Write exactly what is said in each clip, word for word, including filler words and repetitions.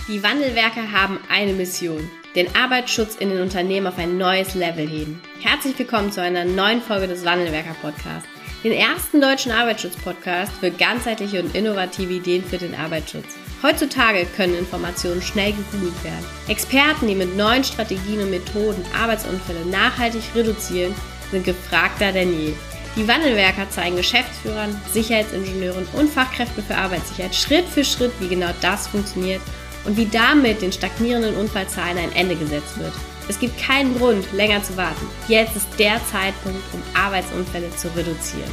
Die Wandelwerker haben eine Mission: den Arbeitsschutz in den Unternehmen auf ein neues Level heben. Herzlich willkommen zu einer neuen Folge des Wandelwerker-Podcasts, den ersten deutschen Arbeitsschutz-Podcast für ganzheitliche und innovative Ideen für den Arbeitsschutz. Heutzutage können Informationen schnell gegoogelt werden. Experten, die mit neuen Strategien und Methoden Arbeitsunfälle nachhaltig reduzieren, sind gefragter denn je. Die Wandelwerker zeigen Geschäftsführern, Sicherheitsingenieuren und Fachkräften für Arbeitssicherheit Schritt für Schritt, wie genau das funktioniert und wie damit den stagnierenden Unfallzahlen ein Ende gesetzt wird. Es gibt keinen Grund, länger zu warten. Jetzt ist der Zeitpunkt, um Arbeitsunfälle zu reduzieren.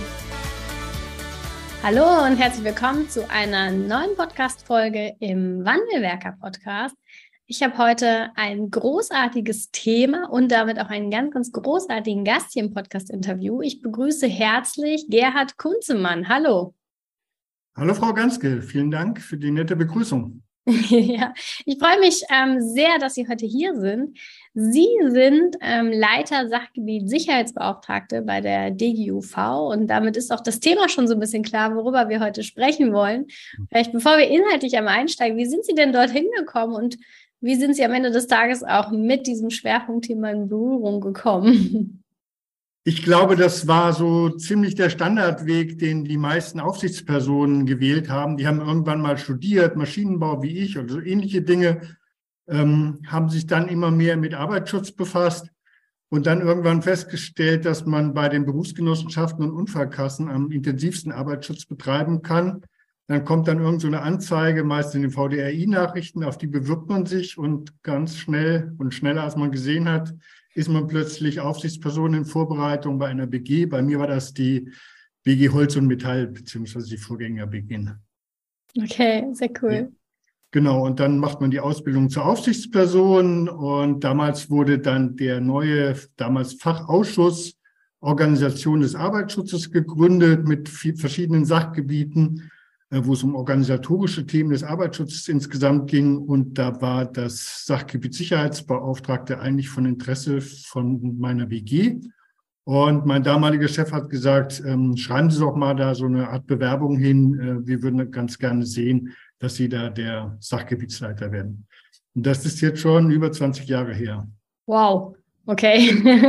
Hallo und herzlich willkommen zu einer neuen Podcast-Folge im Wandelwerker-Podcast. Ich habe heute ein großartiges Thema und damit auch einen ganz, ganz großartigen Gast hier im Podcast-Interview. Ich begrüße herzlich Gerhard Kunzemann. Hallo. Hallo Frau Ganske, vielen Dank für die nette Begrüßung. Ja, ich freue mich ähm, sehr, dass Sie heute hier sind. Sie sind ähm, Leiter Sachgebiet Sicherheitsbeauftragte bei der D G U V und damit ist auch das Thema schon so ein bisschen klar, worüber wir heute sprechen wollen. Vielleicht bevor wir inhaltlich einmal einsteigen, wie sind Sie denn dorthin gekommen und wie sind Sie am Ende des Tages auch mit diesem Schwerpunktthema in Berührung gekommen? Ich glaube, das war so ziemlich der Standardweg, den die meisten Aufsichtspersonen gewählt haben. Die haben irgendwann mal studiert, Maschinenbau wie ich oder so ähnliche Dinge, ähm, haben sich dann immer mehr mit Arbeitsschutz befasst und dann irgendwann festgestellt, dass man bei den Berufsgenossenschaften und Unfallkassen am intensivsten Arbeitsschutz betreiben kann. Dann kommt dann irgend so eine Anzeige, meist in den V D R I-Nachrichten, auf die bewirbt man sich und ganz schnell und schneller, als man gesehen hat, ist man plötzlich Aufsichtsperson in Vorbereitung bei einer B G. Bei mir war das die B G Holz und Metall, beziehungsweise die Vorgänger B G. Okay, sehr cool. Ja. Genau, und dann macht man die Ausbildung zur Aufsichtsperson und damals wurde dann der neue, damals Fachausschuss Organisation des Arbeitsschutzes gegründet mit verschiedenen Sachgebieten, wo es um organisatorische Themen des Arbeitsschutzes insgesamt ging. Und da war das Sachgebiet Sicherheitsbeauftragte eigentlich von Interesse von meiner B G. Und mein damaliger Chef hat gesagt, ähm, schreiben Sie doch mal da so eine Art Bewerbung hin. Äh, wir würden ganz gerne sehen, dass Sie da der Sachgebietsleiter werden. Und das ist jetzt schon über zwanzig Jahre her. Wow, okay.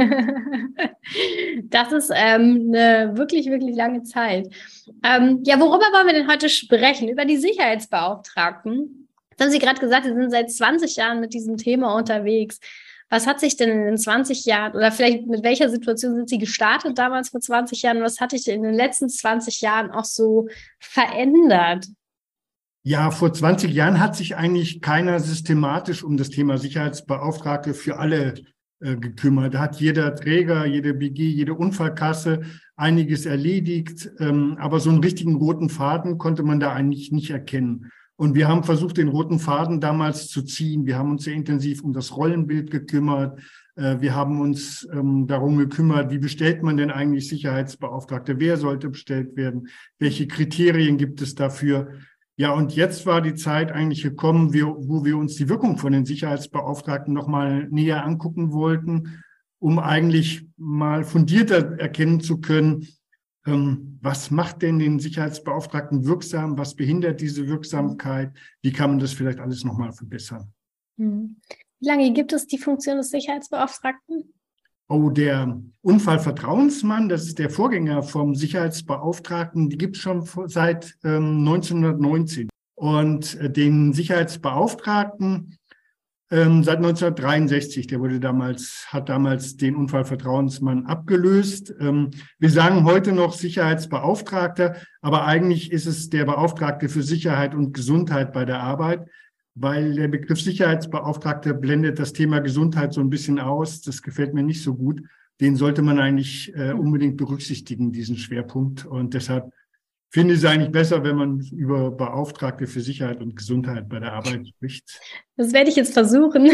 Das ist ähm, eine wirklich, wirklich lange Zeit. Ähm, ja, worüber wollen wir denn heute sprechen? Über die Sicherheitsbeauftragten. Jetzt haben Sie gerade gesagt, Sie sind seit zwanzig Jahren mit diesem Thema unterwegs. Was hat sich denn in den zwanzig Jahren oder vielleicht mit welcher Situation sind Sie gestartet damals vor zwanzig Jahren? Was hat sich denn in den letzten zwanzig Jahren auch so verändert? Ja, vor zwanzig Jahren hat sich eigentlich keiner systematisch um das Thema Sicherheitsbeauftragte für alle äh, gekümmert. Da hat jeder Träger, jede B G, jede Unfallkasse einiges erledigt, ähm, aber so einen richtigen roten Faden konnte man da eigentlich nicht erkennen. Und wir haben versucht, den roten Faden damals zu ziehen. Wir haben uns sehr intensiv um das Rollenbild gekümmert. Äh, wir haben uns ähm, darum gekümmert, wie bestellt man denn eigentlich Sicherheitsbeauftragte? Wer sollte bestellt werden? Welche Kriterien gibt es dafür? Ja, und jetzt war die Zeit eigentlich gekommen, wo wir uns die Wirkung von den Sicherheitsbeauftragten nochmal näher angucken wollten, um eigentlich mal fundierter erkennen zu können, ähm, was macht denn den Sicherheitsbeauftragten wirksam, was behindert diese Wirksamkeit, wie kann man das vielleicht alles nochmal verbessern. Hm. Wie lange gibt es die Funktion des Sicherheitsbeauftragten? Oh, der Unfallvertrauensmann, das ist der Vorgänger vom Sicherheitsbeauftragten, die gibt es schon seit ähm, neunzehnhundertneunzehn. Und äh, den Sicherheitsbeauftragten ähm, seit neunzehnhundertdreiundsechzig, der wurde damals, hat damals den Unfallvertrauensmann abgelöst. Ähm, wir sagen heute noch Sicherheitsbeauftragter, aber eigentlich ist es der Beauftragte für Sicherheit und Gesundheit bei der Arbeit, weil der Begriff Sicherheitsbeauftragter blendet das Thema Gesundheit so ein bisschen aus. Das gefällt mir nicht so gut. Den sollte man eigentlich äh, unbedingt berücksichtigen, diesen Schwerpunkt. Und deshalb finde ich es eigentlich besser, wenn man über Beauftragte für Sicherheit und Gesundheit bei der Arbeit spricht. Das werde ich jetzt versuchen.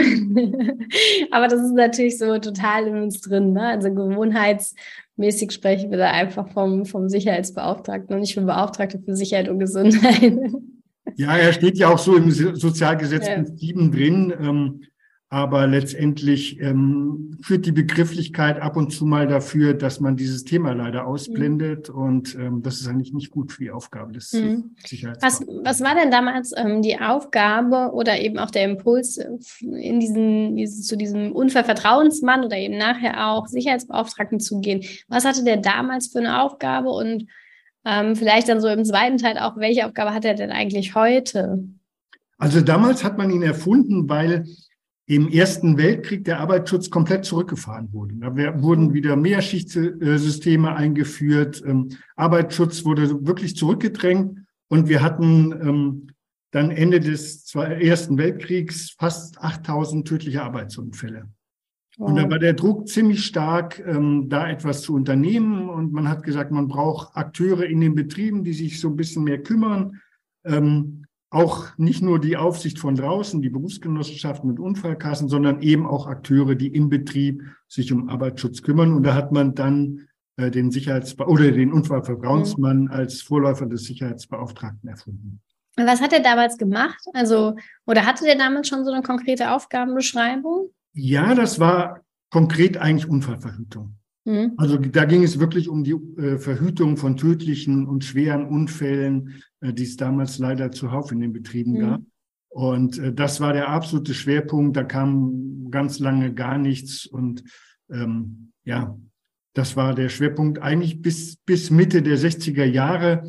Aber das ist natürlich so total in uns drin, ne? Also gewohnheitsmäßig sprechen wir da einfach vom, vom Sicherheitsbeauftragten und nicht vom Beauftragten für Sicherheit und Gesundheit. Ja, er steht ja auch so im Sozialgesetz ja. sieben drin. Ähm, Aber letztendlich ähm, führt die Begrifflichkeit ab und zu mal dafür, dass man dieses Thema leider ausblendet. Mhm. Und ähm, das ist eigentlich nicht gut für die Aufgabe des mhm. Sicherheitsbeauftragten. Was, was war denn damals ähm, die Aufgabe oder eben auch der Impuls in diesen, dieses, zu diesem Unfallvertrauensmann oder eben nachher auch Sicherheitsbeauftragten zu gehen? Was hatte der damals für eine Aufgabe und ähm, vielleicht dann so im zweiten Teil auch, welche Aufgabe hat er denn eigentlich heute? Also damals hat man ihn erfunden, weil im Ersten Weltkrieg der Arbeitsschutz komplett zurückgefahren wurde. Da wurden wieder Mehrschichtsysteme eingeführt. Ähm, Arbeitsschutz wurde wirklich zurückgedrängt. Und wir hatten ähm, dann Ende des Ersten Weltkriegs fast achttausend tödliche Arbeitsunfälle. Wow. Und da war der Druck ziemlich stark, ähm, da etwas zu unternehmen. Und man hat gesagt, man braucht Akteure in den Betrieben, die sich so ein bisschen mehr kümmern. Ähm, Auch nicht nur die Aufsicht von draußen, die Berufsgenossenschaften und Unfallkassen, sondern eben auch Akteure, die im Betrieb sich um Arbeitsschutz kümmern. Und da hat man dann äh, den Sicherheitsbe- oder den Unfallvertrauensmann mhm. als Vorläufer des Sicherheitsbeauftragten erfunden. Und was hat er damals gemacht? Also, oder hatte der damals schon so eine konkrete Aufgabenbeschreibung? Ja, das war konkret eigentlich Unfallverhütung. Mhm. Also da ging es wirklich um die äh, Verhütung von tödlichen und schweren Unfällen, äh, die es damals leider zuhauf in den Betrieben mhm. gab. Und äh, das war der absolute Schwerpunkt. Da kam ganz lange gar nichts. Und ähm, ja, das war der Schwerpunkt eigentlich bis, bis Mitte der sechziger Jahre,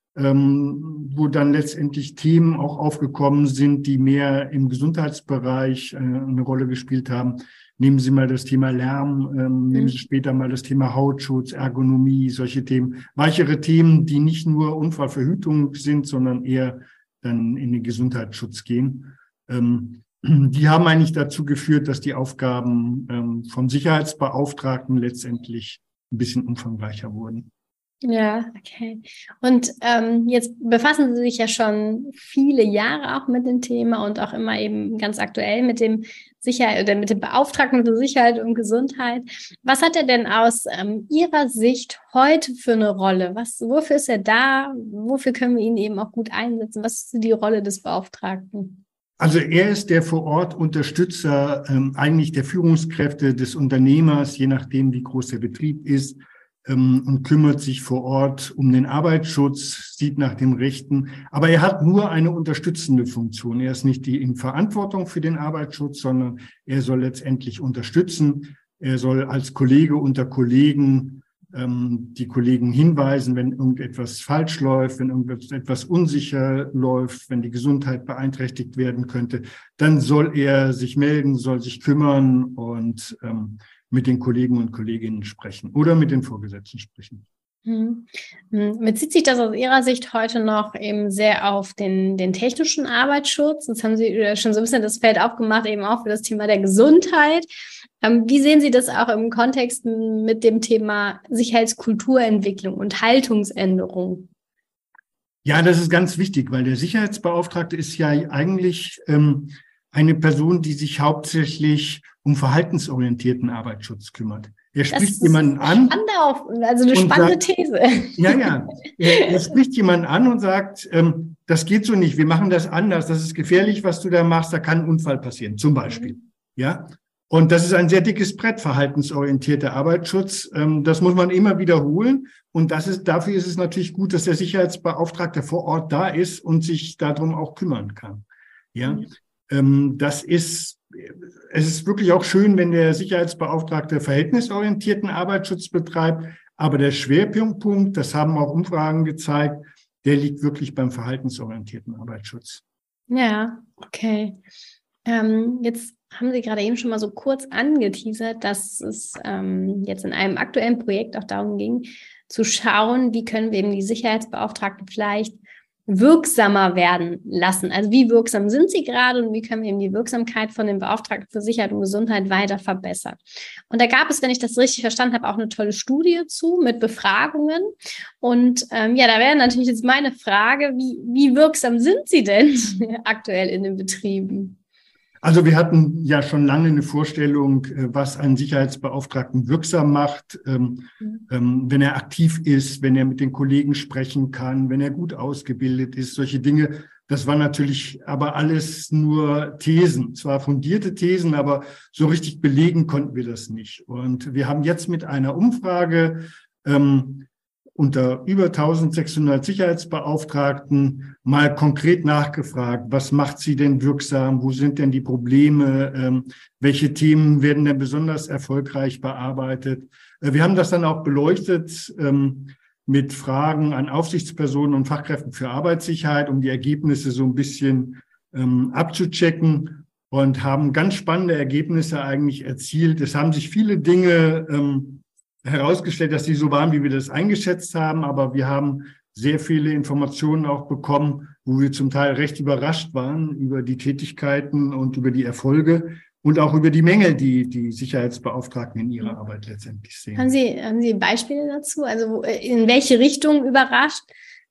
ähm, wo dann letztendlich Themen auch aufgekommen sind, die mehr im Gesundheitsbereich äh, eine Rolle gespielt haben. Nehmen Sie mal das Thema Lärm, ähm, mhm. nehmen Sie später mal das Thema Hautschutz, Ergonomie, solche Themen. Weichere Themen, die nicht nur Unfallverhütung sind, sondern eher dann in den Gesundheitsschutz gehen. Ähm, die haben eigentlich dazu geführt, dass die Aufgaben ähm, vom Sicherheitsbeauftragten letztendlich ein bisschen umfangreicher wurden. Ja, okay. Und ähm, jetzt befassen Sie sich ja schon viele Jahre auch mit dem Thema und auch immer eben ganz aktuell mit dem Sicherheit oder mit dem Beauftragten für Sicherheit und Gesundheit. Was hat er denn aus ähm, Ihrer Sicht heute für eine Rolle? Was, wofür ist er da? Wofür können wir ihn eben auch gut einsetzen? Was ist die Rolle des Beauftragten? Also er ist der vor Ort Unterstützer ähm, eigentlich der Führungskräfte des Unternehmers, je nachdem wie groß der Betrieb ist, und kümmert sich vor Ort um den Arbeitsschutz, sieht nach dem Rechten. Aber er hat nur eine unterstützende Funktion. Er ist nicht die in Verantwortung für den Arbeitsschutz, sondern er soll letztendlich unterstützen. Er soll als Kollege unter Kollegen ähm, die Kollegen hinweisen, wenn irgendetwas falsch läuft, wenn irgendetwas unsicher läuft, wenn die Gesundheit beeinträchtigt werden könnte. Dann soll er sich melden, soll sich kümmern und ähm, mit den Kollegen und Kolleginnen sprechen oder mit den Vorgesetzten sprechen. Hm. Bezieht sich das aus Ihrer Sicht heute noch eben sehr auf den, den technischen Arbeitsschutz? Jetzt haben Sie schon so ein bisschen das Feld aufgemacht, eben auch für das Thema der Gesundheit. Wie sehen Sie das auch im Kontext mit dem Thema Sicherheitskulturentwicklung und Haltungsänderung? Ja, das ist ganz wichtig, weil der Sicherheitsbeauftragte ist ja eigentlich ähm, eine Person, die sich hauptsächlich um verhaltensorientierten Arbeitsschutz kümmert. Er spricht jemanden an. Auf, also eine spannende sagt, These. Ja, ja. Er, er spricht jemanden an und sagt, ähm, das geht so nicht, wir machen das anders, das ist gefährlich, was du da machst, da kann ein Unfall passieren, zum Beispiel. Mhm. Ja. Und das ist ein sehr dickes Brett, verhaltensorientierter Arbeitsschutz. Ähm, das muss man immer wiederholen. Und das ist, dafür ist es natürlich gut, dass der Sicherheitsbeauftragte vor Ort da ist und sich darum auch kümmern kann. Ja. Mhm. Ähm, das ist, es ist wirklich auch schön, wenn der Sicherheitsbeauftragte verhältnisorientierten Arbeitsschutz betreibt. Aber der Schwerpunkt, das haben auch Umfragen gezeigt, der liegt wirklich beim verhaltensorientierten Arbeitsschutz. Ja, okay. Ähm, jetzt haben Sie gerade eben schon mal so kurz angeteasert, dass es ähm, jetzt in einem aktuellen Projekt auch darum ging, zu schauen, wie können wir eben die Sicherheitsbeauftragten vielleicht wirksamer werden lassen. Also wie wirksam sind sie gerade und wie können wir eben die Wirksamkeit von den Beauftragten für Sicherheit und Gesundheit weiter verbessern. Und da gab es, wenn ich das richtig verstanden habe, auch eine tolle Studie zu mit Befragungen. Und ähm, ja, da wäre natürlich jetzt meine Frage, wie, wie wirksam sind sie denn aktuell in den Betrieben? Also wir hatten ja schon lange eine Vorstellung, was einen Sicherheitsbeauftragten wirksam macht, ähm, mhm. ähm, wenn er aktiv ist, wenn er mit den Kollegen sprechen kann, wenn er gut ausgebildet ist, solche Dinge. Das war natürlich aber alles nur Thesen, zwar fundierte Thesen, aber so richtig belegen konnten wir das nicht. Und wir haben jetzt mit einer Umfrage ähm, unter über eintausendsechshundert Sicherheitsbeauftragten mal konkret nachgefragt, was macht sie denn wirksam, wo sind denn die Probleme, ähm, welche Themen werden denn besonders erfolgreich bearbeitet. Äh, wir haben das dann auch beleuchtet ähm, mit Fragen an Aufsichtspersonen und Fachkräften für Arbeitssicherheit, um die Ergebnisse so ein bisschen ähm, abzuchecken und haben ganz spannende Ergebnisse eigentlich erzielt. Es haben sich viele Dinge ähm, herausgestellt, dass die so waren, wie wir das eingeschätzt haben, aber wir haben sehr viele Informationen auch bekommen, wo wir zum Teil recht überrascht waren über die Tätigkeiten und über die Erfolge und auch über die Mängel, die die Sicherheitsbeauftragten in ihrer Arbeit letztendlich sehen. Haben Sie, haben Sie Beispiele dazu? Also in welche Richtung überrascht?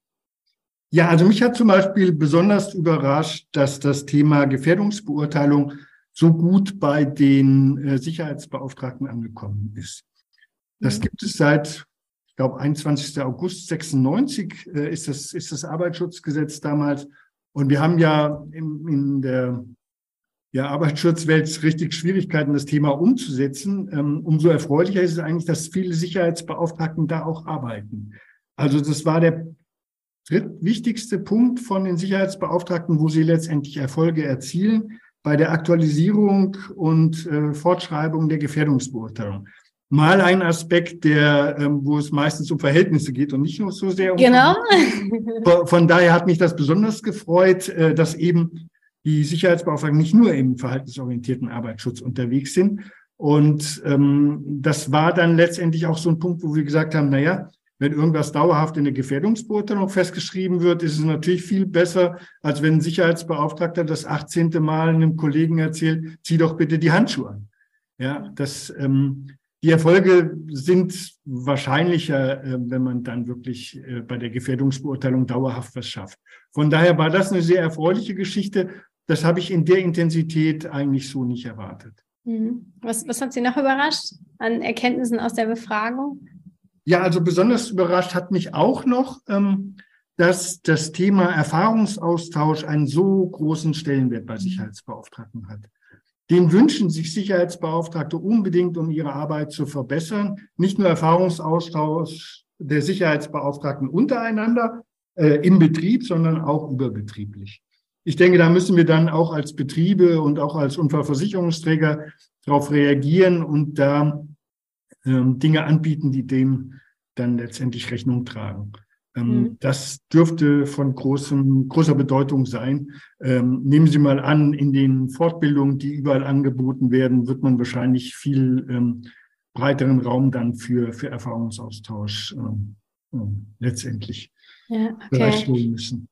Ja, also mich hat zum Beispiel besonders überrascht, dass das Thema Gefährdungsbeurteilung so gut bei den äh, Sicherheitsbeauftragten angekommen ist. Das gibt es seit, ich glaube, einundzwanzigsten August sechsundneunzig äh, ist das, ist das Arbeitsschutzgesetz damals. Und wir haben ja in, in der ja, Arbeitsschutzwelt richtig Schwierigkeiten, das Thema umzusetzen. Ähm, umso erfreulicher ist es eigentlich, dass viele Sicherheitsbeauftragten da auch arbeiten. Also das war der drittwichtigste Punkt von den Sicherheitsbeauftragten, wo sie letztendlich Erfolge erzielen bei der Aktualisierung und äh, Fortschreibung der Gefährdungsbeurteilung. Mal ein Aspekt, der, ähm, wo es meistens um Verhältnisse geht und nicht nur so sehr um. Genau. Von, von daher hat mich das besonders gefreut, äh, dass eben die Sicherheitsbeauftragten nicht nur im verhaltensorientierten Arbeitsschutz unterwegs sind. Und ähm, das war dann letztendlich auch so ein Punkt, wo wir gesagt haben, na ja, wenn irgendwas dauerhaft in der Gefährdungsbeurteilung festgeschrieben wird, ist es natürlich viel besser, als wenn ein Sicherheitsbeauftragter das achtzehnte Mal einem Kollegen erzählt, zieh doch bitte die Handschuhe an. Ja, das, ähm, die Erfolge sind wahrscheinlicher, äh, wenn man dann wirklich äh, bei der Gefährdungsbeurteilung dauerhaft was schafft. Von daher war das eine sehr erfreuliche Geschichte. Das habe ich in der Intensität eigentlich so nicht erwartet. Mhm. Was, was hat Sie noch überrascht an Erkenntnissen aus der Befragung? Ja, also besonders überrascht hat mich auch noch, ähm, dass das Thema Erfahrungsaustausch einen so großen Stellenwert bei Sicherheitsbeauftragten hat. Den wünschen sich Sicherheitsbeauftragte unbedingt, um ihre Arbeit zu verbessern. Nicht nur Erfahrungsaustausch der Sicherheitsbeauftragten untereinander äh, im Betrieb, sondern auch überbetrieblich. Ich denke, da müssen wir dann auch als Betriebe und auch als Unfallversicherungsträger darauf reagieren und da ähm, Dinge anbieten, die dem dann letztendlich Rechnung tragen. Ähm, mhm. Das dürfte von großem, großer Bedeutung sein. Ähm, nehmen Sie mal an, in den Fortbildungen, die überall angeboten werden, wird man wahrscheinlich viel ähm, breiteren Raum dann für, für Erfahrungsaustausch ähm, ähm, letztendlich ja, okay. bereitstellen müssen.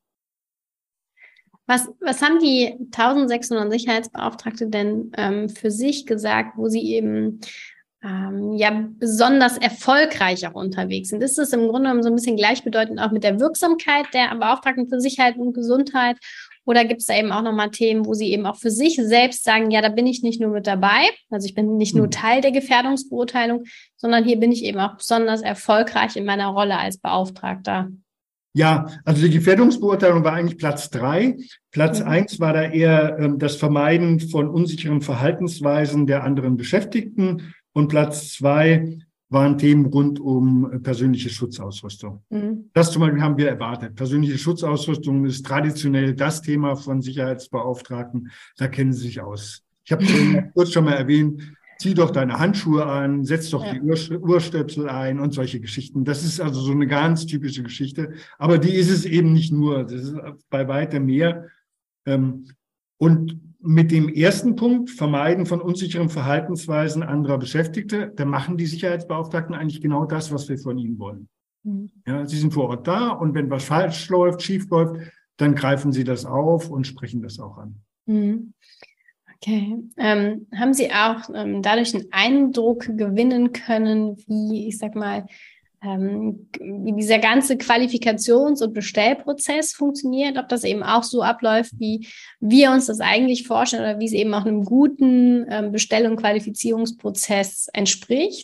Was, was haben die eintausendsechshundert Sicherheitsbeauftragte denn ähm, für sich gesagt, wo sie eben ähm, ja besonders erfolgreich auch unterwegs sind? Ist das im Grunde genommen so ein bisschen gleichbedeutend auch mit der Wirksamkeit der Beauftragten für Sicherheit und Gesundheit? Oder gibt es da eben auch nochmal Themen, wo sie eben auch für sich selbst sagen, ja, da bin ich nicht nur mit dabei, also ich bin nicht nur Teil der Gefährdungsbeurteilung, sondern hier bin ich eben auch besonders erfolgreich in meiner Rolle als Beauftragter? Ja, also die Gefährdungsbeurteilung war eigentlich Platz drei. Platz Mhm. eins war da eher ähm, das Vermeiden von unsicheren Verhaltensweisen der anderen Beschäftigten. Und Platz zwei waren Themen rund um äh, persönliche Schutzausrüstung. Mhm. Das zum Beispiel haben wir erwartet. Persönliche Schutzausrüstung ist traditionell das Thema von Sicherheitsbeauftragten. Da kennen sie sich aus. Ich habe kurz schon mal erwähnt, zieh doch deine Handschuhe an, setz doch ja. die Uhr, Urstöpsel ein und solche Geschichten. Das ist also so eine ganz typische Geschichte. Aber die ist es eben nicht nur. Das ist bei weitem mehr. Und mit dem ersten Punkt, Vermeiden von unsicheren Verhaltensweisen anderer Beschäftigte, da machen die Sicherheitsbeauftragten eigentlich genau das, was wir von ihnen wollen. Mhm. Ja, sie sind vor Ort da und wenn was falsch läuft, schief läuft, dann greifen sie das auf und sprechen das auch an. Mhm. Okay. Ähm, haben Sie auch ähm, dadurch einen Eindruck gewinnen können, wie, ich sag mal, ähm, wie dieser ganze Qualifikations- und Bestellprozess funktioniert, ob das eben auch so abläuft, wie wir uns das eigentlich vorstellen oder wie es eben auch einem guten ähm, Bestell- und Qualifizierungsprozess entspricht.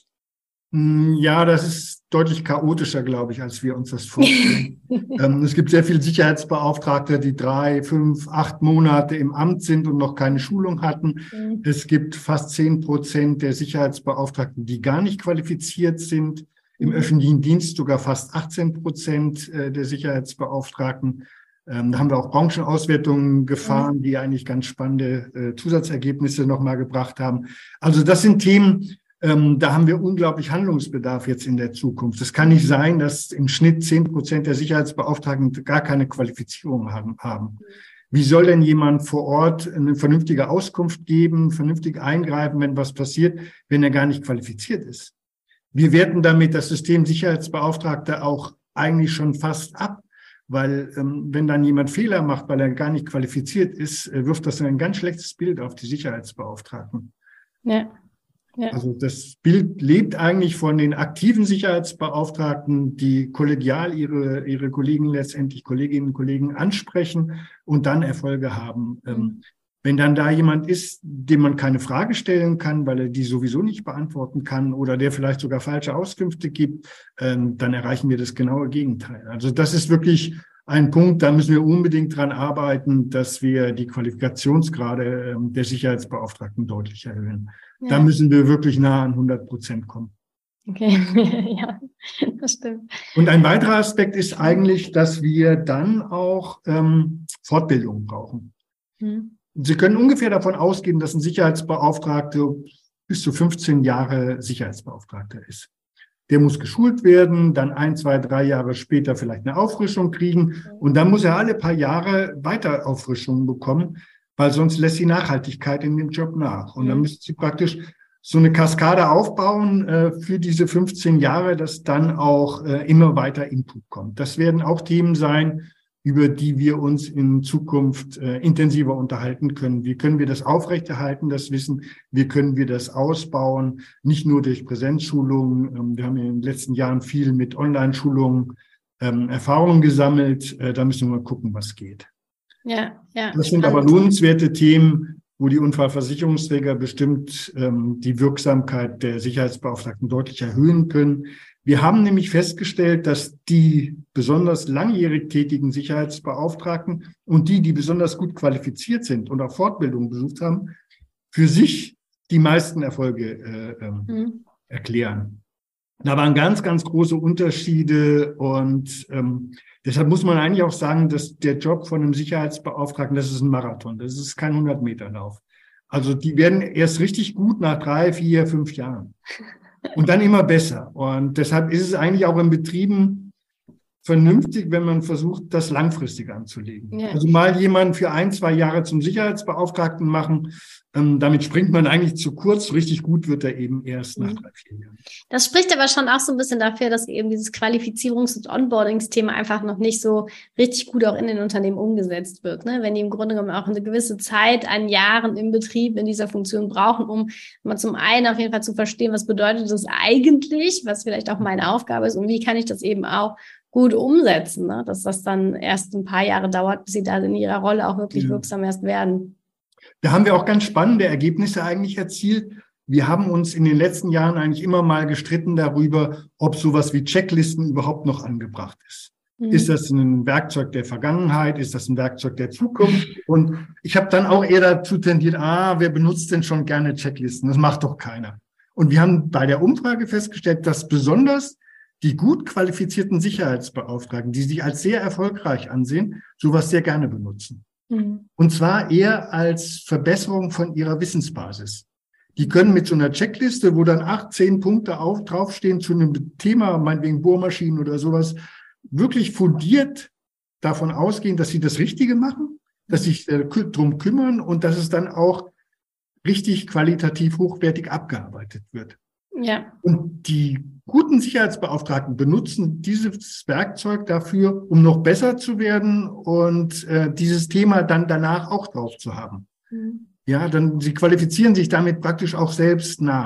Ja, das ist deutlich chaotischer, glaube ich, als wir uns das vorstellen. ähm, es gibt sehr viele Sicherheitsbeauftragte, die drei, fünf, acht Monate im Amt sind und noch keine Schulung hatten. Mhm. Es gibt fast zehn Prozent der Sicherheitsbeauftragten, die gar nicht qualifiziert sind. Im mhm. öffentlichen Dienst sogar fast achtzehn Prozent der Sicherheitsbeauftragten. Ähm, da haben wir auch Branchenauswertungen gefahren, mhm. die eigentlich ganz spannende äh, Zusatzergebnisse nochmal gebracht haben. Also das sind Themen, Ähm, da haben wir unglaublich Handlungsbedarf jetzt in der Zukunft. Es kann nicht sein, dass im Schnitt zehn Prozent der Sicherheitsbeauftragten gar keine Qualifizierung haben, haben. Wie soll denn jemand vor Ort eine vernünftige Auskunft geben, vernünftig eingreifen, wenn was passiert, wenn er gar nicht qualifiziert ist? Wir werten damit das System Sicherheitsbeauftragter auch eigentlich schon fast ab, weil ähm, wenn dann jemand Fehler macht, weil er gar nicht qualifiziert ist, äh, wirft das ein ganz schlechtes Bild auf die Sicherheitsbeauftragten. Ja. Ja. Also das Bild lebt eigentlich von den aktiven Sicherheitsbeauftragten, die kollegial ihre, ihre Kollegen, letztendlich Kolleginnen und Kollegen ansprechen und dann Erfolge haben. Mhm. Ähm, wenn dann da jemand ist, dem man keine Frage stellen kann, weil er die sowieso nicht beantworten kann oder der vielleicht sogar falsche Auskünfte gibt, ähm, dann erreichen wir das genaue Gegenteil. Also das ist wirklich ein Punkt, da müssen wir unbedingt dran arbeiten, dass wir die Qualifikationsgrade ähm, der Sicherheitsbeauftragten deutlich erhöhen. Ja. Da müssen wir wirklich nah an hundert Prozent kommen. Okay, ja, das stimmt. Und ein weiterer Aspekt ist eigentlich, dass wir dann auch ähm, Fortbildung brauchen. Hm. Sie können ungefähr davon ausgehen, dass ein Sicherheitsbeauftragter bis zu fünfzehn Jahre Sicherheitsbeauftragter ist. Der muss geschult werden, dann ein, zwei, drei Jahre später vielleicht eine Auffrischung kriegen und dann muss er alle paar Jahre weiter Auffrischungen bekommen, weil sonst lässt die Nachhaltigkeit in dem Job nach. Und dann müssen Sie praktisch so eine Kaskade aufbauen äh, für diese fünfzehn Jahre, dass dann auch äh, immer weiter Input kommt. Das werden auch Themen sein, über die wir uns in Zukunft äh, intensiver unterhalten können. Wie können wir das aufrechterhalten, das Wissen? Wie können wir das ausbauen? Nicht nur durch Präsenzschulungen. Ähm, wir haben in den letzten Jahren viel mit Online-Schulungen ähm, Erfahrungen gesammelt. Äh, da müssen wir mal gucken, was geht. Ja, ja. Das sind aber lohnenswerte Themen, wo die Unfallversicherungsträger bestimmt ähm, die Wirksamkeit der Sicherheitsbeauftragten deutlich erhöhen können. Wir haben nämlich festgestellt, dass die besonders langjährig tätigen Sicherheitsbeauftragten und die, die besonders gut qualifiziert sind und auch Fortbildungen besucht haben, für sich die meisten Erfolge äh, mhm. erklären. Da waren ganz, ganz große Unterschiede und ähm, deshalb muss man eigentlich auch sagen, dass der Job von einem Sicherheitsbeauftragten, das ist ein Marathon, das ist kein hundert-Meter-Lauf. Also die werden erst richtig gut nach drei, vier, fünf Jahren und dann immer besser. Und deshalb ist es eigentlich auch in Betrieben vernünftig, wenn man versucht, das langfristig anzulegen. Ja. Also mal jemanden für ein, zwei Jahre zum Sicherheitsbeauftragten machen, ähm, damit springt man eigentlich zu kurz. Richtig gut wird er eben erst nach drei, vier Jahren. Das spricht aber schon auch so ein bisschen dafür, dass eben dieses Qualifizierungs- und Onboardingsthema einfach noch nicht so richtig gut auch in den Unternehmen umgesetzt wird. Ne? Wenn die im Grunde genommen auch eine gewisse Zeit an Jahren im Betrieb in dieser Funktion brauchen, um mal zum einen auf jeden Fall zu verstehen, was bedeutet das eigentlich, was vielleicht auch meine Aufgabe ist und wie kann ich das eben auch gut umsetzen, ne? Dass das dann erst ein paar Jahre dauert, bis sie da in ihrer Rolle auch wirklich ja. wirksam erst werden. Da haben wir auch ganz spannende Ergebnisse eigentlich erzielt. Wir haben uns in den letzten Jahren eigentlich immer mal gestritten darüber, ob sowas wie Checklisten überhaupt noch angebracht ist. Mhm. Ist das ein Werkzeug der Vergangenheit? Ist das ein Werkzeug der Zukunft? Und ich habe dann auch eher dazu tendiert, ah, wer benutzt denn schon gerne Checklisten? Das macht doch keiner. Und wir haben bei der Umfrage festgestellt, dass besonders die gut qualifizierten Sicherheitsbeauftragten, die sich als sehr erfolgreich ansehen, sowas sehr gerne benutzen. Mhm. Und zwar eher als Verbesserung von ihrer Wissensbasis. Die können mit so einer Checkliste, wo dann acht, zehn Punkte auf, draufstehen zu einem Thema, meinetwegen Bohrmaschinen oder sowas, wirklich fundiert davon ausgehen, dass sie das Richtige machen, dass sie sich äh, drum kümmern und dass es dann auch richtig qualitativ hochwertig abgearbeitet wird. Ja. Und die guten Sicherheitsbeauftragten benutzen dieses Werkzeug dafür, um noch besser zu werden und äh, dieses Thema dann danach auch drauf zu haben. Mhm. Ja, dann sie qualifizieren sich damit praktisch auch selbst nach.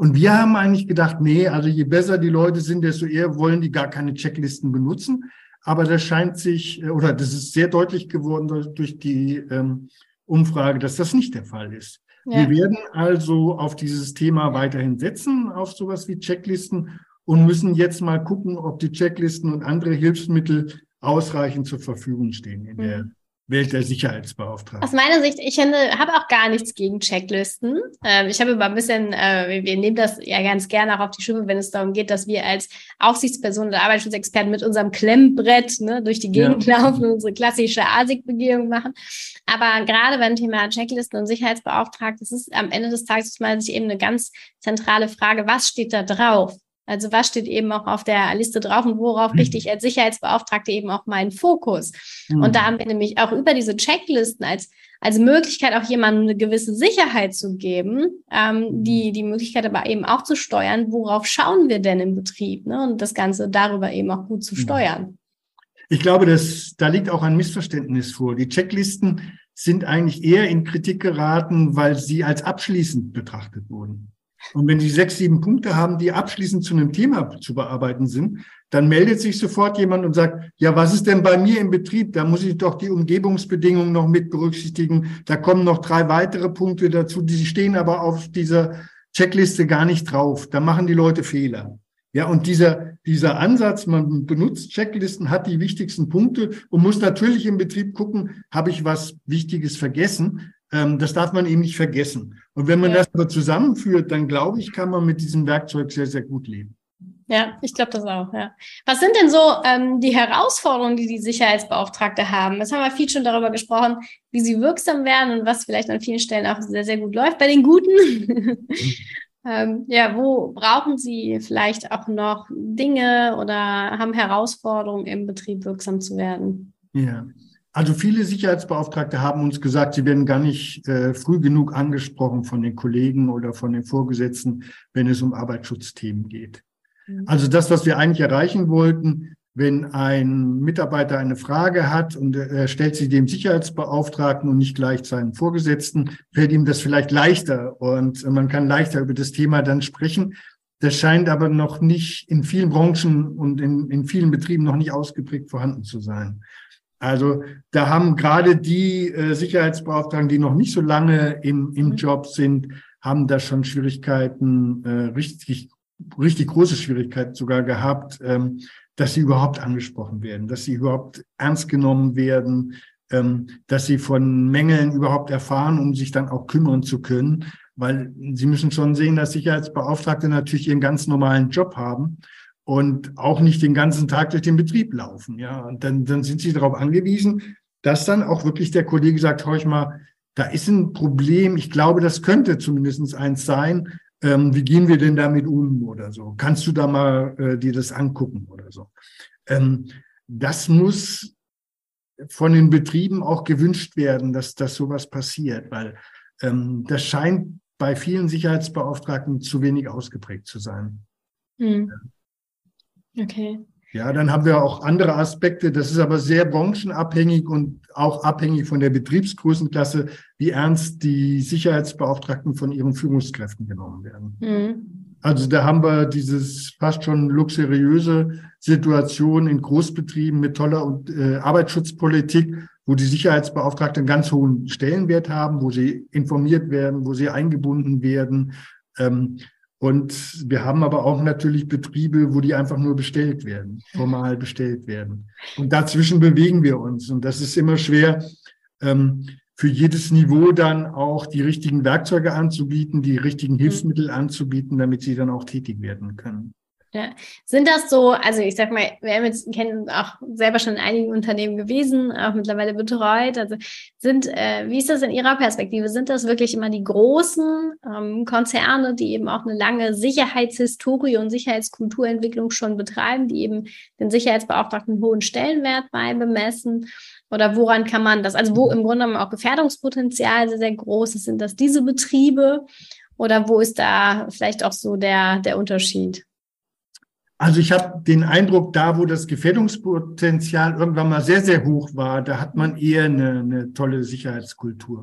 Und wir haben eigentlich gedacht, nee, also je besser die Leute sind, desto eher wollen die gar keine Checklisten benutzen. Aber das scheint sich, oder das ist sehr deutlich geworden durch die ähm, Umfrage, dass das nicht der Fall ist. Ja. Wir werden also auf dieses Thema weiterhin setzen, auf sowas wie Checklisten, und müssen jetzt mal gucken, ob die Checklisten und andere Hilfsmittel ausreichend zur Verfügung stehen in der mhm. Welt der Sicherheitsbeauftragten. Aus meiner Sicht, ich habe auch gar nichts gegen Checklisten. Ähm, ich habe immer ein bisschen, äh, wir nehmen das ja ganz gerne auch auf die Schippe, wenn es darum geht, dass wir als Aufsichtsperson oder Arbeitsschutzexperten mit unserem Klemmbrett ne, durch die Gegend ja. laufen und unsere klassische A S I C-Begehung machen. Aber gerade beim Thema Checklisten und Sicherheitsbeauftragten, das ist am Ende des Tages mal sich eben eine ganz zentrale Frage, was steht da drauf? Also was steht eben auch auf der Liste drauf und worauf richte ich als Sicherheitsbeauftragte eben auch meinen Fokus? Mhm. Und da haben wir nämlich auch über diese Checklisten als, als Möglichkeit auch jemandem eine gewisse Sicherheit zu geben, ähm, die, die Möglichkeit aber eben auch zu steuern, worauf schauen wir denn im Betrieb, ne? Und das Ganze darüber eben auch gut zu steuern. Ich glaube, dass, da liegt auch ein Missverständnis vor. Die Checklisten sind eigentlich eher in Kritik geraten, weil sie als abschließend betrachtet wurden. Und wenn Sie sechs, sieben Punkte haben, die abschließend zu einem Thema zu bearbeiten sind, dann meldet sich sofort jemand und sagt, ja, was ist denn bei mir im Betrieb? Da muss ich doch die Umgebungsbedingungen noch mit berücksichtigen. Da kommen noch drei weitere Punkte dazu, die stehen aber auf dieser Checkliste gar nicht drauf. Da machen die Leute Fehler. Ja, und dieser, dieser Ansatz, man benutzt Checklisten, hat die wichtigsten Punkte und muss natürlich im Betrieb gucken, habe ich was Wichtiges vergessen? Das darf man eben nicht vergessen. Und wenn man ja. das aber zusammenführt, dann glaube ich, kann man mit diesem Werkzeug sehr, sehr gut leben. Ja, ich glaube das auch, ja. Was sind denn so ähm, die Herausforderungen, die die Sicherheitsbeauftragte haben? Jetzt haben wir viel schon darüber gesprochen, wie sie wirksam werden und was vielleicht an vielen Stellen auch sehr, sehr gut läuft bei den Guten. ähm, ja, wo brauchen Sie vielleicht auch noch Dinge oder haben Herausforderungen im Betrieb wirksam zu werden? Ja. Also viele Sicherheitsbeauftragte haben uns gesagt, sie werden gar nicht äh, früh genug angesprochen von den Kollegen oder von den Vorgesetzten, wenn es um Arbeitsschutzthemen geht. Mhm. Also das, was wir eigentlich erreichen wollten, wenn ein Mitarbeiter eine Frage hat und er stellt sie dem Sicherheitsbeauftragten und nicht gleich seinen Vorgesetzten, fällt ihm das vielleicht leichter und man kann leichter über das Thema dann sprechen. Das scheint aber noch nicht in vielen Branchen und in, in vielen Betrieben noch nicht ausgeprägt vorhanden zu sein. Also da haben gerade die äh, Sicherheitsbeauftragten, die noch nicht so lange im, im Job sind, haben da schon Schwierigkeiten, äh, richtig, richtig große Schwierigkeiten sogar gehabt, ähm, dass sie überhaupt angesprochen werden, dass sie überhaupt ernst genommen werden, ähm, dass sie von Mängeln überhaupt erfahren, um sich dann auch kümmern zu können. Weil Sie müssen schon sehen, dass Sicherheitsbeauftragte natürlich ihren ganz normalen Job haben und auch nicht den ganzen Tag durch den Betrieb laufen. Ja, und dann, dann sind sie darauf angewiesen, dass dann auch wirklich der Kollege sagt, hör ich mal, da ist ein Problem. Ich glaube, das könnte zumindest eins sein. Ähm, wie gehen wir denn damit um oder so? Kannst du da mal äh, dir das angucken oder so? Ähm, das muss von den Betrieben auch gewünscht werden, dass, dass sowas passiert, weil ähm, das scheint bei vielen Sicherheitsbeauftragten zu wenig ausgeprägt zu sein. Hm. Okay. Ja, dann haben wir auch andere Aspekte. Das ist aber sehr branchenabhängig und auch abhängig von der Betriebsgrößenklasse, wie ernst die Sicherheitsbeauftragten von ihren Führungskräften genommen werden. Mhm. Also da haben wir dieses fast schon luxuriöse Situation in Großbetrieben mit toller äh, Arbeitsschutzpolitik, wo die Sicherheitsbeauftragten einen ganz hohen Stellenwert haben, wo sie informiert werden, wo sie eingebunden werden. Ähm, Und wir haben aber auch natürlich Betriebe, wo die einfach nur bestellt werden, formal bestellt werden. Und dazwischen bewegen wir uns. Und das ist immer schwer, ähm, für jedes Niveau dann auch die richtigen Werkzeuge anzubieten, die richtigen Hilfsmittel anzubieten, damit sie dann auch tätig werden können. Ja. Sind das so, also ich sag mal, wir haben jetzt, kennen auch selber schon in einigen Unternehmen gewesen, auch mittlerweile betreut, also sind, äh, wie ist das in Ihrer Perspektive, sind das wirklich immer die großen ähm, Konzerne, die eben auch eine lange Sicherheitshistorie und Sicherheitskulturentwicklung schon betreiben, die eben den Sicherheitsbeauftragten einen hohen Stellenwert bei bemessen? Oder woran kann man das, also wo im Grunde genommen auch Gefährdungspotenzial sehr, sehr groß ist, sind das diese Betriebe oder wo ist da vielleicht auch so der, der Unterschied? Also ich habe den Eindruck, da wo das Gefährdungspotenzial irgendwann mal sehr, sehr hoch war, da hat man eher eine, eine tolle Sicherheitskultur.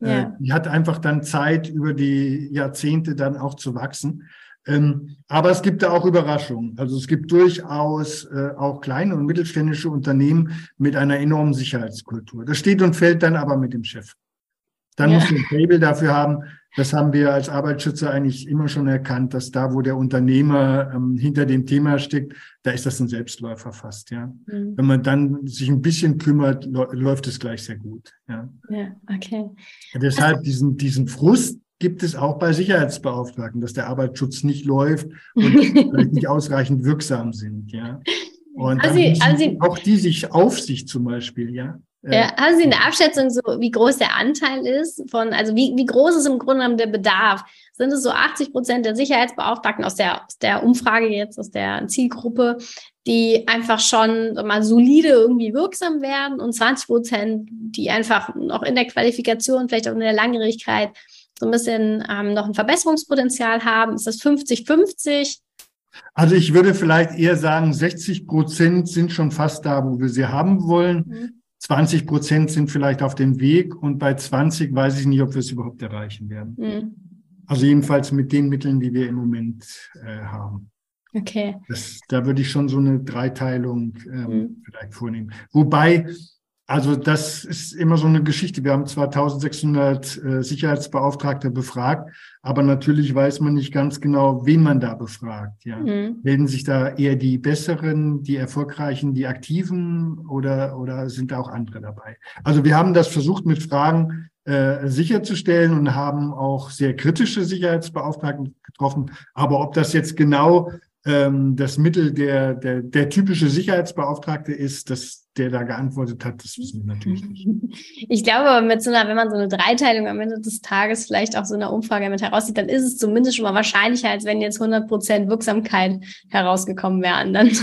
Ja. Die hat einfach dann Zeit, über die Jahrzehnte dann auch zu wachsen. Ähm, aber es gibt da auch Überraschungen. Also es gibt durchaus äh, auch kleine und mittelständische Unternehmen mit einer enormen Sicherheitskultur. Das steht und fällt dann aber mit dem Chef. Dann Ja. muss man ein Label dafür haben. Das haben wir als Arbeitsschützer eigentlich immer schon erkannt, dass da, wo der Unternehmer ähm, hinter dem Thema steckt, da ist das ein Selbstläufer fast. Ja, Mhm. Wenn man dann sich ein bisschen kümmert, läuft es gleich sehr gut. Ja, Ja, okay. Deshalb diesen diesen Frust gibt es auch bei Sicherheitsbeauftragten, dass der Arbeitsschutz nicht läuft und vielleicht nicht ausreichend wirksam sind. Ja, und dann Sie, haben Sie, auch die sich Aufsicht zum Beispiel. Ja. Ja, haben Sie eine Abschätzung, so wie groß der Anteil ist von, also wie, wie groß ist im Grunde genommen der Bedarf? Sind es so achtzig Prozent der Sicherheitsbeauftragten aus der, aus der Umfrage jetzt, aus der Zielgruppe, die einfach schon mal solide irgendwie wirksam werden und zwanzig Prozent, die einfach noch in der Qualifikation, vielleicht auch in der Langjährigkeit so ein bisschen ähm, noch ein Verbesserungspotenzial haben? Ist das fünfzig fünfzig? Also ich würde vielleicht eher sagen, sechzig Prozent sind schon fast da, wo wir sie haben wollen. Mhm. zwanzig Prozent sind vielleicht auf dem Weg und bei zwanzig weiß ich nicht, ob wir es überhaupt erreichen werden. Mhm. Also jedenfalls mit den Mitteln, die wir im Moment äh, haben. Okay. Das, da würde ich schon so eine Dreiteilung ähm, mhm. vielleicht vornehmen. Wobei, also das ist immer so eine Geschichte. Wir haben zwar eintausendsechshundert äh, Sicherheitsbeauftragte befragt, aber natürlich weiß man nicht ganz genau, wen man da befragt. Ja. Mhm. Melden sich da eher die Besseren, die Erfolgreichen, die Aktiven oder, oder sind da auch andere dabei? Also wir haben das versucht mit Fragen äh, sicherzustellen und haben auch sehr kritische Sicherheitsbeauftragten getroffen. Aber ob das jetzt genau ähm, das Mittel der, der, der typische Sicherheitsbeauftragte ist, das der da geantwortet hat, das wissen wir natürlich nicht. Ich glaube aber mit so einer, wenn man so eine Dreiteilung am Ende des Tages vielleicht auch so eine Umfrage mit herauszieht, dann ist es zumindest schon mal wahrscheinlicher, als wenn jetzt hundert Prozent Wirksamkeit herausgekommen wären. Dann,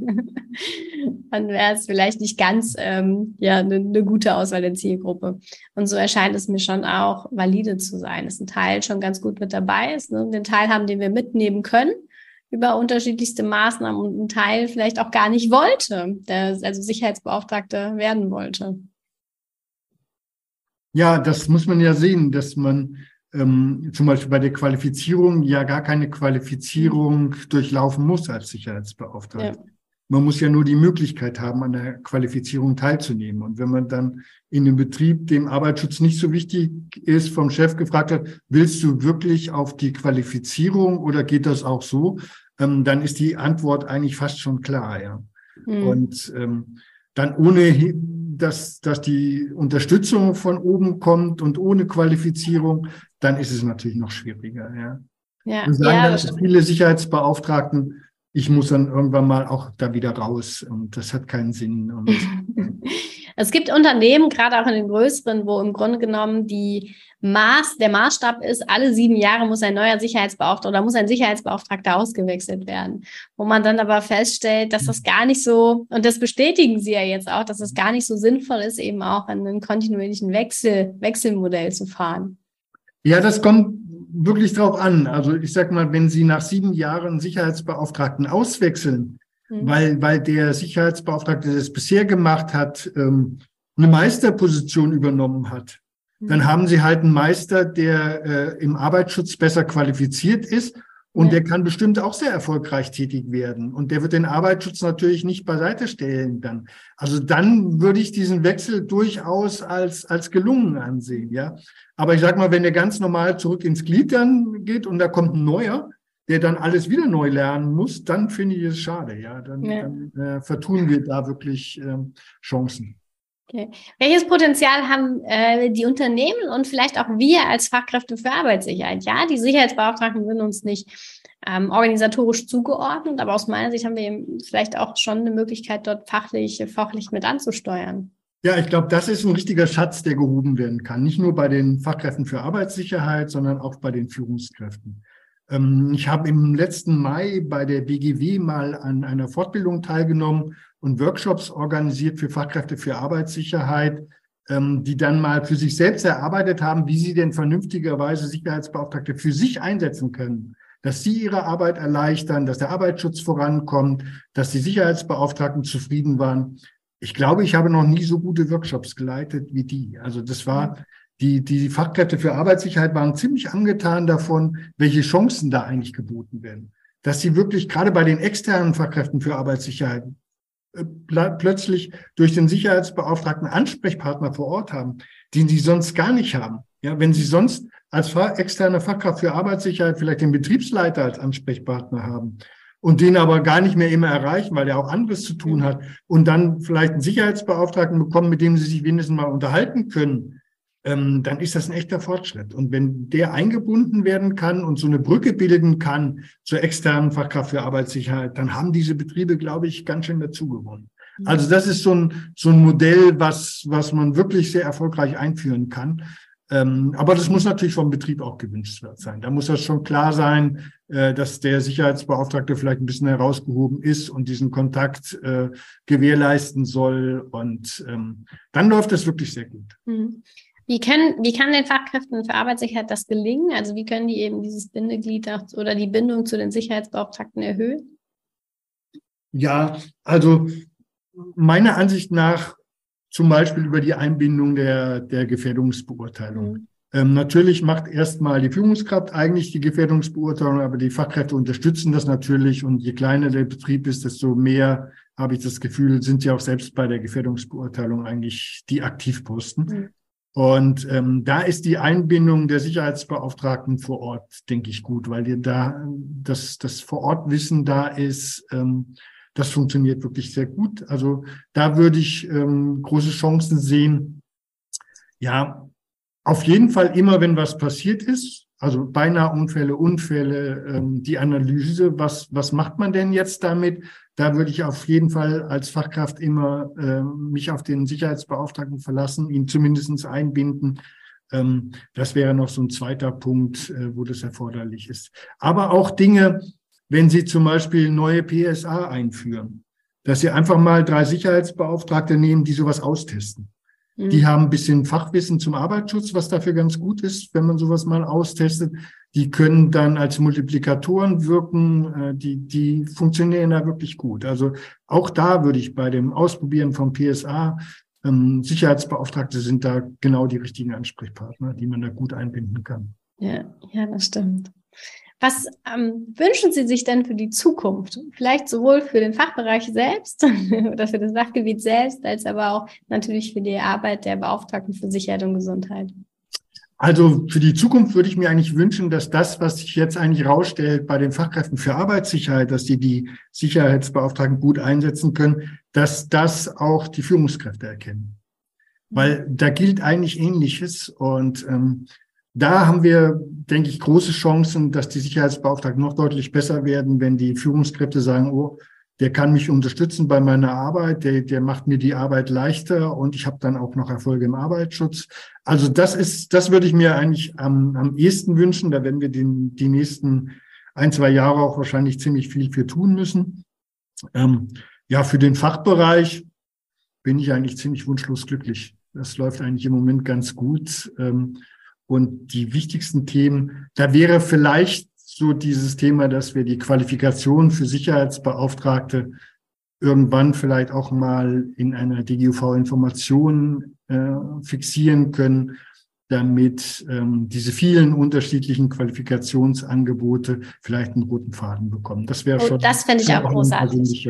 dann wäre es vielleicht nicht ganz ähm, ja eine, eine gute Auswahl der Zielgruppe. Und so erscheint es mir schon auch valide zu sein, dass ein Teil schon ganz gut mit dabei ist, ne? Den Teil haben, den wir mitnehmen können über unterschiedlichste Maßnahmen und ein Teil vielleicht auch gar nicht wollte, der also Sicherheitsbeauftragte werden wollte. Ja, das muss man ja sehen, dass man ähm, zum Beispiel bei der Qualifizierung ja gar keine Qualifizierung durchlaufen muss als Sicherheitsbeauftragter. Ja. Man muss ja nur die Möglichkeit haben, an der Qualifizierung teilzunehmen. Und wenn man dann in einem Betrieb, dem Arbeitsschutz nicht so wichtig ist, vom Chef gefragt hat, willst du wirklich auf die Qualifizierung oder geht das auch so? Ähm, dann ist die Antwort eigentlich fast schon klar, ja. Mhm. Und ähm, dann ohne, dass, dass die Unterstützung von oben kommt und ohne Qualifizierung, dann ist es natürlich noch schwieriger, ja. Ja, und sagen ja, dann viele Sicherheitsbeauftragten, ich muss dann irgendwann mal auch da wieder raus und das hat keinen Sinn. Und es gibt Unternehmen, gerade auch in den größeren, wo im Grunde genommen die Maß, der Maßstab ist, alle sieben Jahre muss ein neuer Sicherheitsbeauftragter oder muss ein Sicherheitsbeauftragter ausgewechselt werden. Wo man dann aber feststellt, dass das gar nicht so, und das bestätigen Sie ja jetzt auch, dass es gar nicht so sinnvoll ist, eben auch in einem kontinuierlichen Wechsel, Wechselmodell zu fahren. Ja, das kommt wirklich drauf an. Also ich sag mal, wenn Sie nach sieben Jahren Sicherheitsbeauftragten auswechseln, mhm. weil, weil der Sicherheitsbeauftragte, der es bisher gemacht hat, ähm, eine Meisterposition übernommen hat, mhm. dann haben Sie halt einen Meister, der äh, im Arbeitsschutz besser qualifiziert ist und ja. der kann bestimmt auch sehr erfolgreich tätig werden. Und der wird den Arbeitsschutz natürlich nicht beiseite stellen dann. Also dann würde ich diesen Wechsel durchaus als, als gelungen ansehen, ja. Aber ich sag mal, wenn der ganz normal zurück ins Glied dann geht und da kommt ein neuer, der dann alles wieder neu lernen muss, dann finde ich es schade, ja. Dann, ja. dann äh, vertun wir da wirklich ähm, Chancen. Okay. Welches Potenzial haben äh, die Unternehmen und vielleicht auch wir als Fachkräfte für Arbeitssicherheit? Ja, die Sicherheitsbeauftragten sind uns nicht ähm, organisatorisch zugeordnet, aber aus meiner Sicht haben wir eben vielleicht auch schon eine Möglichkeit, dort fachlich, fachlich mit anzusteuern. Ja, ich glaube, das ist ein richtiger Schatz, der gehoben werden kann. Nicht nur bei den Fachkräften für Arbeitssicherheit, sondern auch bei den Führungskräften. Ähm, ich habe im letzten Mai bei der B G W mal an einer Fortbildung teilgenommen und Workshops organisiert für Fachkräfte für Arbeitssicherheit, ähm, die dann mal für sich selbst erarbeitet haben, wie sie denn vernünftigerweise Sicherheitsbeauftragte für sich einsetzen können. Dass sie ihre Arbeit erleichtern, dass der Arbeitsschutz vorankommt, dass die Sicherheitsbeauftragten zufrieden waren. Ich glaube, ich habe noch nie so gute Workshops geleitet wie die. Also das war Die, die Fachkräfte für Arbeitssicherheit waren ziemlich angetan davon, welche Chancen da eigentlich geboten werden. Dass sie wirklich gerade bei den externen Fachkräften für Arbeitssicherheit äh, plötzlich durch den Sicherheitsbeauftragten Ansprechpartner vor Ort haben, den sie sonst gar nicht haben. Ja, wenn sie sonst als externe Fachkraft für Arbeitssicherheit vielleicht den Betriebsleiter als Ansprechpartner haben und den aber gar nicht mehr immer erreichen, weil er auch anderes zu tun hat und dann vielleicht einen Sicherheitsbeauftragten bekommen, mit dem sie sich wenigstens mal unterhalten können, ähm, dann ist das ein echter Fortschritt. Und wenn der eingebunden werden kann und so eine Brücke bilden kann zur externen Fachkraft für Arbeitssicherheit, dann haben diese Betriebe, glaube ich, ganz schön dazugewonnen. Also das ist so ein, so ein Modell, was, was man wirklich sehr erfolgreich einführen kann. Ähm, aber das muss natürlich vom Betrieb auch gewünscht sein. Da muss das schon klar sein, äh, dass der Sicherheitsbeauftragte vielleicht ein bisschen herausgehoben ist und diesen Kontakt äh, gewährleisten soll. Und ähm, dann läuft das wirklich sehr gut. Wie können, wie kann den Fachkräften für Arbeitssicherheit das gelingen? Also wie können die eben dieses Bindeglied oder die Bindung zu den Sicherheitsbeauftragten erhöhen? Ja, also meiner Ansicht nach zum Beispiel über die Einbindung der, der Gefährdungsbeurteilung. Mhm. Ähm, natürlich macht erstmal die Führungskraft eigentlich die Gefährdungsbeurteilung, aber die Fachkräfte unterstützen das natürlich. Und je kleiner der Betrieb ist, desto mehr, habe ich das Gefühl, sind sie auch selbst bei der Gefährdungsbeurteilung eigentlich die Aktivposten. Mhm. Und ähm, da ist die Einbindung der Sicherheitsbeauftragten vor Ort, denke ich, gut, weil dir da das, das Vor-Ort-Wissen da ist. Ähm, Das funktioniert wirklich sehr gut. Also da würde ich ähm, große Chancen sehen. Ja, auf jeden Fall immer, wenn was passiert ist, also beinahe Unfälle, Unfälle, ähm, die Analyse, was was macht man denn jetzt damit? Da würde ich auf jeden Fall als Fachkraft immer äh, mich auf den Sicherheitsbeauftragten verlassen, ihn zumindest einbinden. Ähm, das wäre noch so ein zweiter Punkt, äh, wo das erforderlich ist. Aber auch Dinge, wenn Sie zum Beispiel neue P S A einführen, dass Sie einfach mal drei Sicherheitsbeauftragte nehmen, die sowas austesten. Mhm. Die haben ein bisschen Fachwissen zum Arbeitsschutz, was dafür ganz gut ist, wenn man sowas mal austestet. Die können dann als Multiplikatoren wirken, die, die funktionieren da wirklich gut. Also auch da würde ich bei dem Ausprobieren von P S A, ähm, Sicherheitsbeauftragte sind da genau die richtigen Ansprechpartner, die man da gut einbinden kann. Ja, ja, das stimmt. Was ähm, wünschen Sie sich denn für die Zukunft? Vielleicht sowohl für den Fachbereich selbst oder für das Sachgebiet selbst, als aber auch natürlich für die Arbeit der Beauftragten für Sicherheit und Gesundheit. Also für die Zukunft würde ich mir eigentlich wünschen, dass das, was sich jetzt eigentlich rausstellt bei den Fachkräften für Arbeitssicherheit, dass die die Sicherheitsbeauftragten gut einsetzen können, dass das auch die Führungskräfte erkennen. Weil da gilt eigentlich Ähnliches und ähm, da haben wir, denke ich, große Chancen, dass die Sicherheitsbeauftragten noch deutlich besser werden, wenn die Führungskräfte sagen, oh, der kann mich unterstützen bei meiner Arbeit, der, der macht mir die Arbeit leichter und ich habe dann auch noch Erfolge im Arbeitsschutz. Also das ist, das würde ich mir eigentlich am, am ehesten wünschen. Da werden wir den, die nächsten ein, zwei Jahre auch wahrscheinlich ziemlich viel für tun müssen. Ähm, ja, für den Fachbereich bin ich eigentlich ziemlich wunschlos glücklich. Das läuft eigentlich im Moment ganz gut. Ähm, Und die wichtigsten Themen, da wäre vielleicht so dieses Thema, dass wir die Qualifikation für Sicherheitsbeauftragte irgendwann vielleicht auch mal in einer D G U V-Information äh, fixieren können, damit ähm, diese vielen unterschiedlichen Qualifikationsangebote vielleicht einen roten Faden bekommen. Das wäre oh, schon. Das fände ich auch großartig.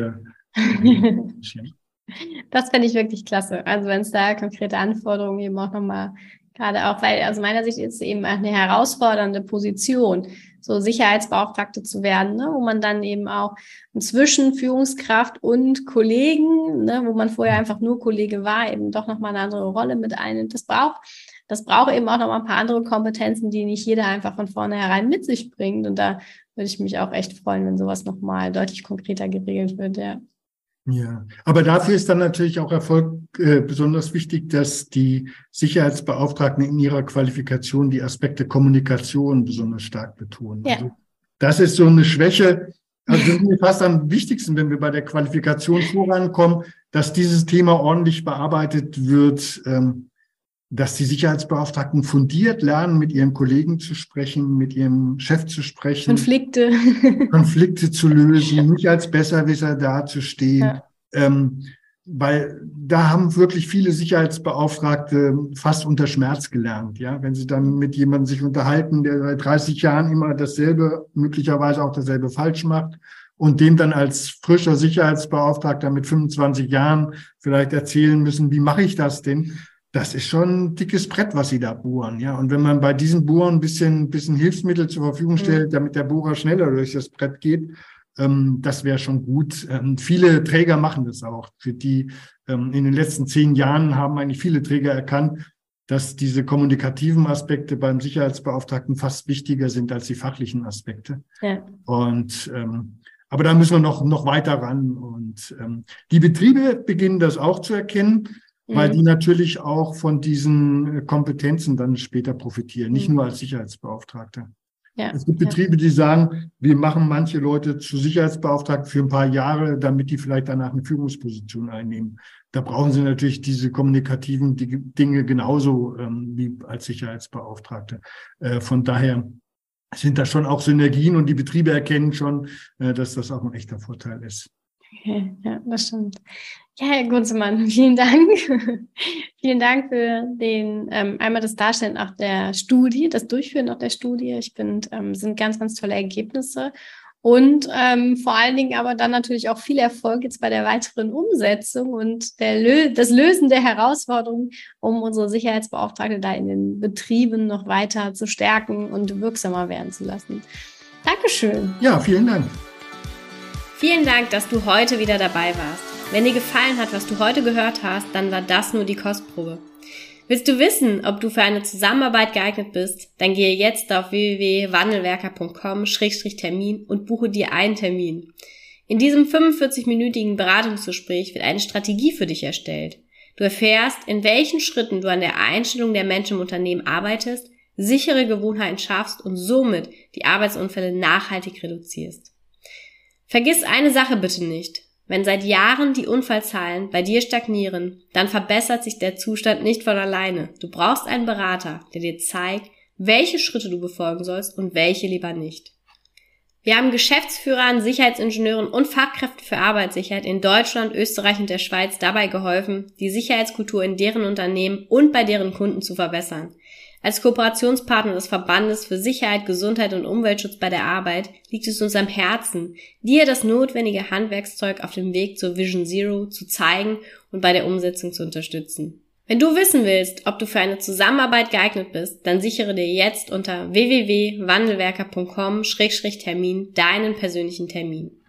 Das fände ich wirklich klasse. Also wenn es da konkrete Anforderungen eben auch nochmal gerade auch, weil aus meiner Sicht ist es eben eine herausfordernde Position, so Sicherheitsbeauftragte zu werden, ne, wo man dann eben auch zwischen Führungskraft und Kollegen, ne, wo man vorher einfach nur Kollege war, eben doch nochmal eine andere Rolle mit einnimmt. Das braucht, das braucht eben auch nochmal ein paar andere Kompetenzen, die nicht jeder einfach von vornherein mit sich bringt. Und da würde ich mich auch echt freuen, wenn sowas nochmal deutlich konkreter geregelt wird, ja. Ja, aber dafür ist dann natürlich auch Erfolg äh, besonders wichtig, dass die Sicherheitsbeauftragten in ihrer Qualifikation die Aspekte Kommunikation besonders stark betonen. Ja. Also das ist so eine Schwäche, also das ist fast am wichtigsten, wenn wir bei der Qualifikation vorankommen, dass dieses Thema ordentlich bearbeitet wird, ähm, dass die Sicherheitsbeauftragten fundiert lernen, mit ihren Kollegen zu sprechen, mit ihrem Chef zu sprechen. Konflikte. Konflikte zu lösen, nicht als Besserwisser dazustehen. Ja. Ähm, weil da haben wirklich viele Sicherheitsbeauftragte fast unter Schmerz gelernt. Ja, wenn sie dann mit jemandem sich unterhalten, der seit dreißig Jahren immer dasselbe, möglicherweise auch dasselbe falsch macht und dem dann als frischer Sicherheitsbeauftragter mit fünfundzwanzig Jahren vielleicht erzählen müssen, wie mache ich das denn? Das ist schon ein dickes Brett, was sie da bohren. Ja, und wenn man bei diesen Bohrern ein bisschen, bisschen Hilfsmittel zur Verfügung stellt, damit der Bohrer schneller durch das Brett geht, das wäre schon gut. Viele Träger machen das auch. Für die in den letzten zehn Jahren haben eigentlich viele Träger erkannt, dass diese kommunikativen Aspekte beim Sicherheitsbeauftragten fast wichtiger sind als die fachlichen Aspekte. Ja. Und ähm, aber da müssen wir noch noch weiter ran. Und ähm, die Betriebe beginnen das auch zu erkennen, mhm. weil die natürlich auch von diesen Kompetenzen dann später profitieren, nicht mhm. nur als Sicherheitsbeauftragte. Ja, es gibt Betriebe, die sagen, wir machen manche Leute zu Sicherheitsbeauftragten für ein paar Jahre, damit die vielleicht danach eine Führungsposition einnehmen. Da brauchen sie natürlich diese kommunikativen Dinge genauso ähm, wie als Sicherheitsbeauftragte. Äh, von daher sind da schon auch Synergien und die Betriebe erkennen schon, äh, dass das auch ein echter Vorteil ist. Okay, ja, das stimmt. Ja, Herr Gunzemann, vielen Dank. Vielen Dank für den ähm, einmal das Darstellen auch der Studie, das Durchführen auch der Studie. Ich finde, ähm, sind ganz, ganz tolle Ergebnisse und ähm, vor allen Dingen aber dann natürlich auch viel Erfolg jetzt bei der weiteren Umsetzung und der Lö- das Lösen der Herausforderungen, um unsere Sicherheitsbeauftragte da in den Betrieben noch weiter zu stärken und wirksamer werden zu lassen. Dankeschön. Ja, vielen Dank. Vielen Dank, dass du heute wieder dabei warst. Wenn dir gefallen hat, was du heute gehört hast, dann war das nur die Kostprobe. Willst du wissen, ob du für eine Zusammenarbeit geeignet bist? Dann gehe jetzt auf w w w punkt wandelwerker punkt com Schrägstrich Termin und buche dir einen Termin. In diesem fünfundvierzig-minütigen Beratungsgespräch wird eine Strategie für dich erstellt. Du erfährst, in welchen Schritten du an der Einstellung der Menschen im Unternehmen arbeitest, sichere Gewohnheiten schaffst und somit die Arbeitsunfälle nachhaltig reduzierst. Vergiss eine Sache bitte nicht. Wenn seit Jahren die Unfallzahlen bei dir stagnieren, dann verbessert sich der Zustand nicht von alleine. Du brauchst einen Berater, der dir zeigt, welche Schritte du befolgen sollst und welche lieber nicht. Wir haben Geschäftsführern, Sicherheitsingenieuren und Fachkräften für Arbeitssicherheit in Deutschland, Österreich und der Schweiz dabei geholfen, die Sicherheitskultur in deren Unternehmen und bei deren Kunden zu verbessern. Als Kooperationspartner des Verbandes für Sicherheit, Gesundheit und Umweltschutz bei der Arbeit liegt es uns am Herzen, dir das notwendige Handwerkszeug auf dem Weg zur Vision Zero zu zeigen und bei der Umsetzung zu unterstützen. Wenn du wissen willst, ob du für eine Zusammenarbeit geeignet bist, dann sichere dir jetzt unter w w w punkt wandelwerker punkt com Schrägstrich Termin deinen persönlichen Termin.